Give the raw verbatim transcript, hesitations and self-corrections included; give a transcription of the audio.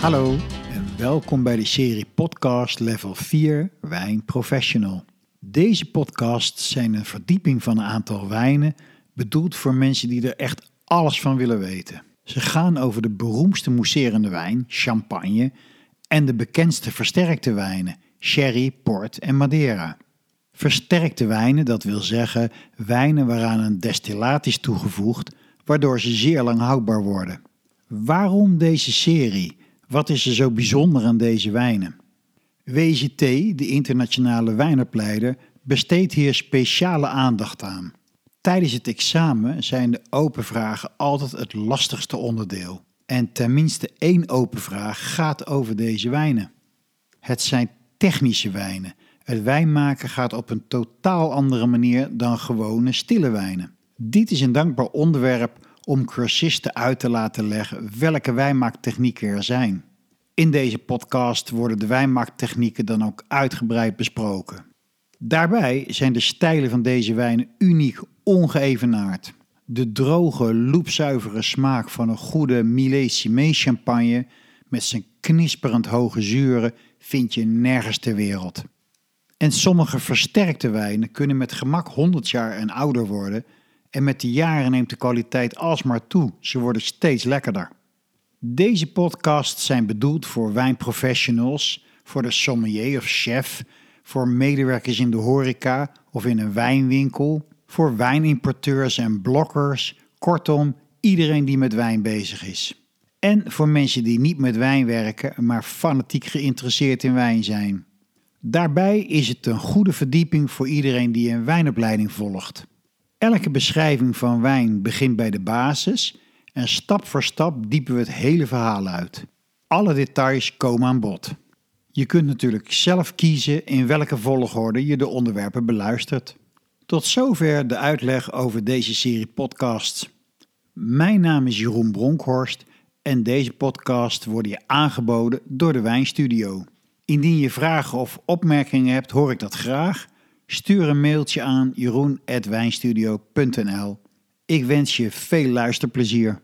Hallo en welkom bij de serie podcast Level vier Wijn Professional. Deze podcasts zijn een verdieping van een aantal wijnen, bedoeld voor mensen die er echt alles van willen weten. Ze gaan over de beroemdste mousserende wijn, champagne, en de bekendste versterkte wijnen, sherry, port en madeira. Versterkte wijnen, dat wil zeggen wijnen waaraan een destillaat is toegevoegd, waardoor ze zeer lang houdbaar worden. Waarom deze serie? Wat is er zo bijzonder aan deze wijnen? W Z T, de internationale wijnopleider, besteedt hier speciale aandacht aan. Tijdens het examen zijn de open vragen altijd het lastigste onderdeel. En tenminste één open vraag gaat over deze wijnen. Het zijn technische wijnen. Het wijnmaken gaat op een totaal andere manier dan gewone stille wijnen. Dit is een dankbaar onderwerp om cursisten uit te laten leggen welke wijnmaaktechnieken er zijn. In deze podcast worden de wijnmaaktechnieken dan ook uitgebreid besproken. Daarbij zijn de stijlen van deze wijnen uniek, ongeëvenaard. De droge, loepzuivere smaak van een goede millésime champagne met zijn knisperend hoge zuren vind je nergens ter wereld. En sommige versterkte wijnen kunnen met gemak honderd jaar en ouder worden en met de jaren neemt de kwaliteit alsmaar toe. Ze worden steeds lekkerder. Deze podcasts zijn bedoeld voor wijnprofessionals, voor de sommelier of chef, voor medewerkers in de horeca of in een wijnwinkel, voor wijnimporteurs en bloggers, kortom, iedereen die met wijn bezig is. En voor mensen die niet met wijn werken, maar fanatiek geïnteresseerd in wijn zijn. Daarbij is het een goede verdieping voor iedereen die een wijnopleiding volgt. Elke beschrijving van wijn begint bij de basis en stap voor stap diepen we het hele verhaal uit. Alle details komen aan bod. Je kunt natuurlijk zelf kiezen in welke volgorde je de onderwerpen beluistert. Tot zover de uitleg over deze serie podcasts. Mijn naam is Jeroen Bronkhorst en deze podcasts worden je aangeboden door de Wijnstudio. Indien je vragen of opmerkingen hebt, hoor ik dat graag. Stuur een mailtje aan jeroen at wijnstudio punt n l. Ik wens je veel luisterplezier.